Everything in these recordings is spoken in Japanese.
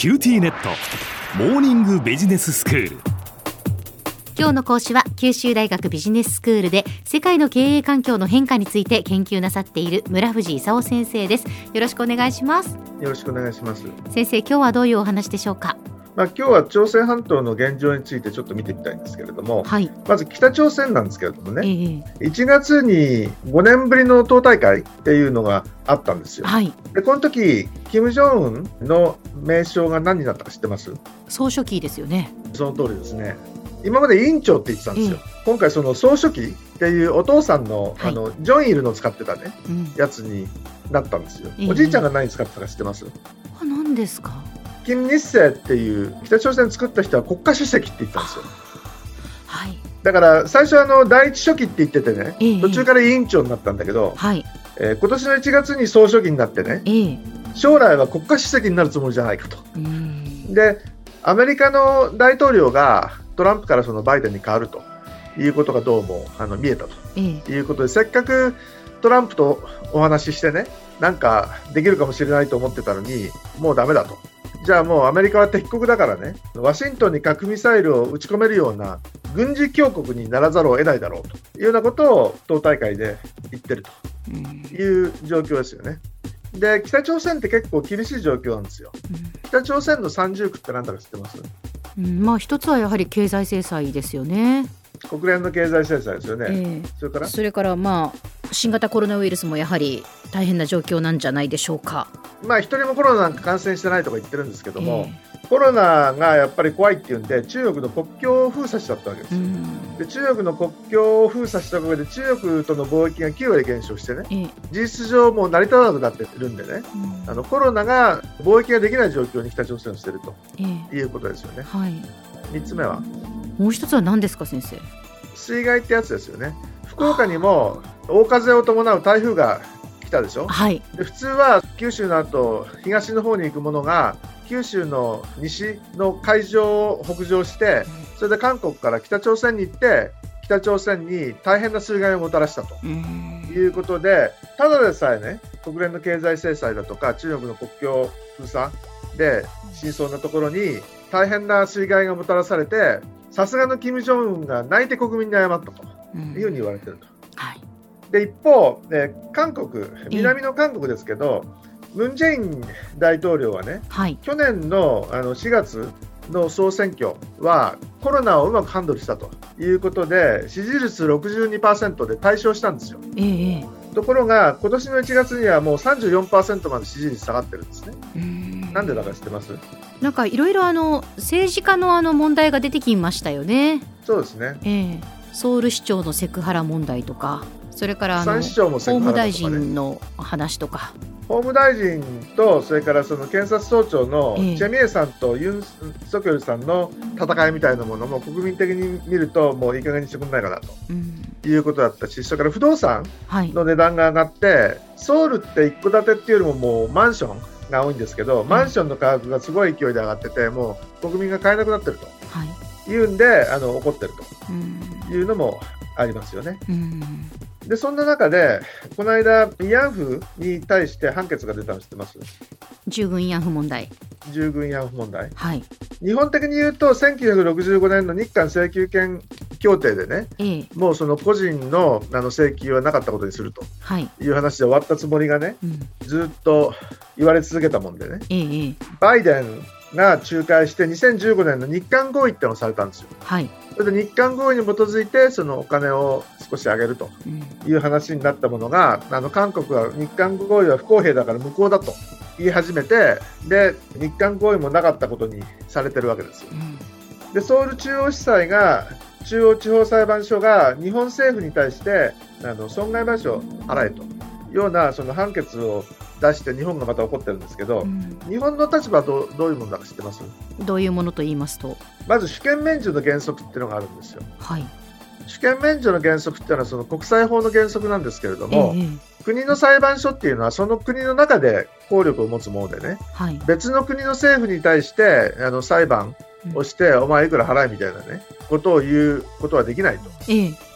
キューティーネットモーニングビジネススクール。 今日の講師は九州大学ビジネススクールで世界の経営環境の変化について研究なさっている村藤勲先生です。よろしくお願いします。 よろしくお願いします。 先生、今日はどういうお話でしょうか？ 今日は朝鮮半島の現状についてちょっと見てみたいんですけれども、 はい、 まず北朝鮮なんですけれどもね、1月に5年ぶりの党大会っていうのがあったんですよ。はい、でこの時金正恩の名称が何になったか知ってます？ 総書記ですよね。 その通りですね。今まで委員長って言ってたんですよ。今回その総書記っていうお父さんの、ジョンイルの使ってたね、やつになったんですよ。おじいちゃんが何使ってたか知ってます？ 何ですか？ 金日成っていう北朝鮮作った人は国家主席って言ったんですよ。 はい、 だから最初第一書記って言っててね、途中から委員長になったんだけど、今年の1月に総書記になってね、将来は国家主席になるつもりじゃないかと。でアメリカの大統領がトランプからそのバイデンに変わるということがどうも見えたということで、せっかくトランプとお話ししてね、なんかできるかもしれないと思ってたのにもうダメだと。じゃあもうアメリカは敵国だからね、ワシントンに核ミサイルを撃ち込めるような軍事強国にならざるを得ないだろうというようなことを党大会で言ってるという状況ですよね。で北朝鮮って結構厳しい状況なんですよ。北朝鮮の三重苦って何だか知ってます？ 一つはやはり経済制裁ですよね。 国連の経済制裁ですよね。それから新型コロナウイルスもやはり大変な状況なんじゃないでしょうか。 一人もコロナなんか感染してないとか言ってるんですけども、コロナがやっぱり怖いっていうんで中国の国境を封鎖しちゃったわけですよ。で中国の国境を封鎖したおかげで中国との貿易が9割減少してね、事実上もう成り立たなくなってるんでね、コロナが貿易ができない状況に北朝鮮をしているということですよね。3つ目はもう一つは何ですか先生？ 水害ってやつですよね。福岡にも大風を伴う台風が来たでしょ。で普通は九州の後東の方に行くものが九州の西の海上を北上して、それで韓国から北朝鮮に行って北朝鮮に大変な水害をもたらしたということで、ただでさえね国連の経済制裁だとか中国の国境封鎖で深層なところに大変な水害がもたらされて、さすがの金正恩が泣いて国民に謝ったというふうに言われていると。で一方、韓国、南の韓国ですけど、ムン・ジェイン大統領はね、去年の4月の総選挙はコロナをうまくハンドルしたということで支持率 62% で大勝したんですよ。ところが今年の1月にはもう 34% まで支持率下がってるんですね。なんでだか知ってます？ なんかいろいろ政治家の問題が出てきましたよね。 そうですね、 ソウル市長のセクハラ問題とか、それから副市長もセクハラとかね、 法務大臣の話とか、 法務大臣とそれからその検察総長のチェ・ミエさんとユン・ソクヨルさんの戦いみたいなものも国民的に見るともういい加減にしてくれないかなということだったし、それから不動産の値段が上がって、ソウルって一戸建てっていうよりももうマンションが多いんですけど、マンションの価格がすごい勢いで上がってて、もう国民が買えなくなってるというんで怒ってるというのもありますよね。でそんな中でこの間慰安婦に対して判決が出たの知ってます？ 従軍慰安婦問題。 従軍慰安婦問題、日本的に言うと1965年の日韓請求権協定でね、もうその個人の請求はなかったことにするという話で終わったつもりがね、ずっと言われ続けたもんでね、バイデンが仲介して2015年の日韓合意ってのをされたんですよ。それで日韓合意に基づいてそのお金を少し上げるという話になったものが、韓国は日韓合意は不公平だから無効だと言い始めて、で日韓合意もなかったことにされてるわけですよ。でソウル中央地裁が中央地方裁判所が日本政府に対して損害賠償を払えというようなその判決を出して日本がまた怒ってるんですけど、日本の立場はどういうものだか知ってます？ どういうものと言いますと、 まず主権免除の原則っていうのがあるんですよ。主権免除の原則っていうのはその国際法の原則なんですけれども、国の裁判所っていうのはその国の中で効力を持つものでね、別の国の政府に対して裁判をして、お前いくら払えみたいなねことを言うことはできないと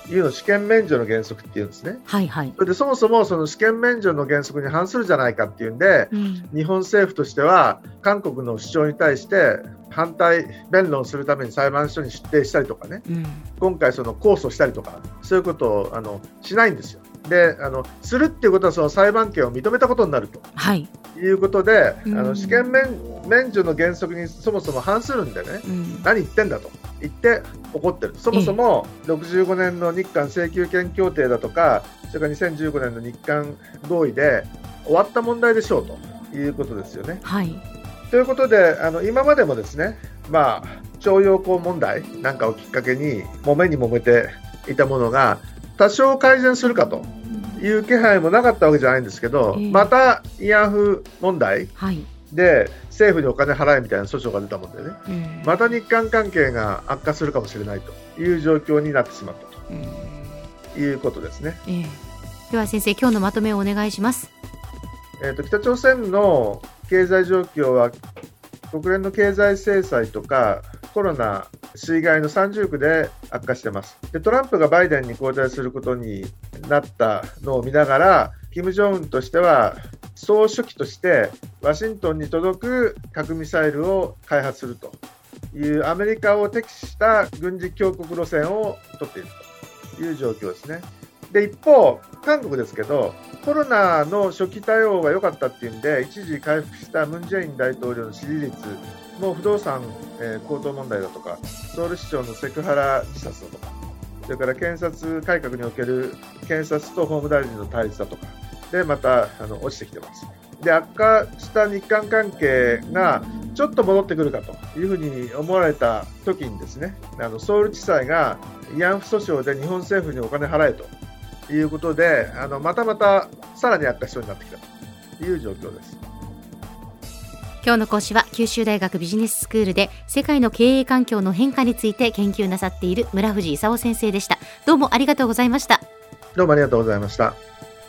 いうのを試験免除の原則っていうんですね。 はいはい。 それでそもそもその試験免除の原則に反するじゃないかっていうんで、日本政府としては韓国の主張に対して反対弁論するために裁判所に出廷したりとかね、今回その控訴したりとか、そういうことをしないんですよ。でするっていうことはその裁判権を認めたことになると、いうことで、試験免除の原則にそもそも反するんでね、何言ってんだと言って怒ってる。そもそも65年の日韓請求権協定だとか、それから2015年の日韓合意で終わった問題でしょうということですよね。ということで今までもですね、徴用工問題なんかをきっかけに揉めに揉めていたものが多少改善するかという気配もなかったわけじゃないんですけど、また慰安婦問題で政府にお金払えみたいな訴訟が出たもんでね、また日韓関係が悪化するかもしれないという状況になってしまったということですね。 では先生、今日のまとめをお願いします。 北朝鮮の経済状況は国連の経済制裁とかコロナ水害の三重苦で悪化しています。でトランプがバイデンに交代することになったのを見ながら、金正恩としては総書記としてワシントンに届く核ミサイルを開発するというアメリカを敵視した軍事強国路線を取っているという状況ですね。で一方、韓国ですけど、コロナの初期対応が良かったっていうんで一時回復したムン・ジェイン大統領の支持率も不動産、高騰問題だとか、ソウル市長のセクハラ自殺だとか、それから検察改革における検察と法務大臣の対立だとかでまた落ちてきてます。で悪化した日韓関係がちょっと戻ってくるかというふうに思われた時にですね、ソウル地裁が慰安婦訴訟で日本政府にお金払えということでまたさらに悪化しそうになってきたという状況です。 今日の講師は九州大学ビジネススクールで世界の経営環境の変化について研究なさっている村藤勲先生でした。どうもありがとうございました。 どうもありがとうございました。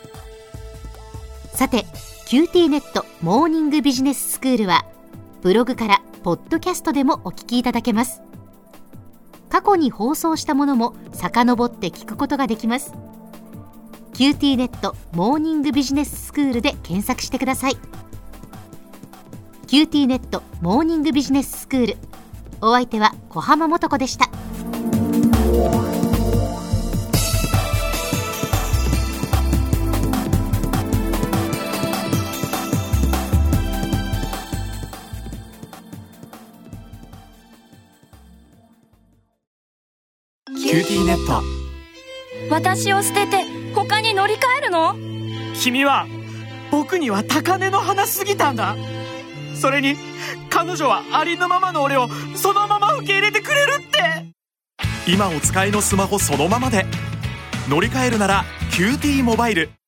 さて QT ネットモーニングビジネススクールはブログからポッドキャストでもお聞きいただけます。過去に放送したものも遡って聞くことができます。 QT ネットモーニングビジネススクールで検索してください。QT ネットモーニングビジネススクール、お相手は小浜もとこでした。 QT ネット。 私を捨てて他に乗り換えるの？ 君は僕には高嶺の花すぎたんだ。それに彼女はありのままの俺をそのまま受け入れてくれるって。 今お使いのスマホそのままで乗り換えるなら QT モバイル。